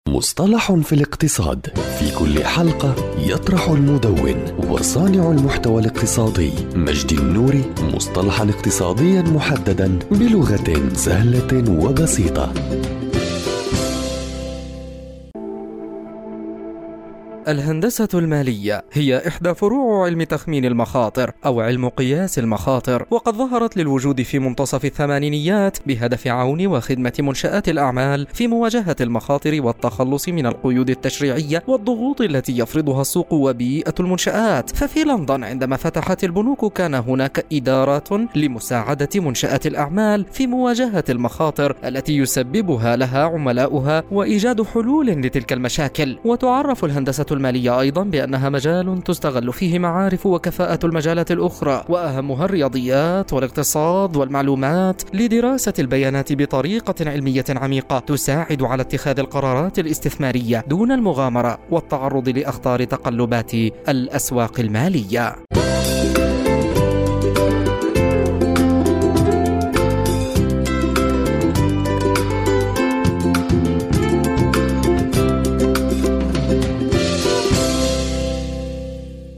مصطلح في الاقتصاد. في كل حلقة يطرح المدون وصانع المحتوى الاقتصادي مجدي النوري مصطلحا اقتصاديا محددا بلغة سهلة وبسيطة. الهندسة المالية هي إحدى فروع علم تخمين المخاطر أو علم قياس المخاطر، وقد ظهرت للوجود في منتصف الثمانينيات بهدف عون وخدمة منشآت الأعمال في مواجهة المخاطر والتخلص من القيود التشريعية والضغوط التي يفرضها السوق وبيئة المنشآت. ففي لندن عندما فتحت البنوك كان هناك إدارات لمساعدة منشآت الأعمال في مواجهة المخاطر التي يسببها لها عملاؤها وإيجاد حلول لتلك المشاكل. وتعرف الهندسة المالية أيضا بأنها مجال تستغل فيه معارف وكفاءة المجالات الأخرى، وأهمها الرياضيات والاقتصاد والمعلومات، لدراسة البيانات بطريقة علمية عميقة تساعد على اتخاذ القرارات الاستثمارية دون المغامرة والتعرض لأخطار تقلبات الأسواق المالية.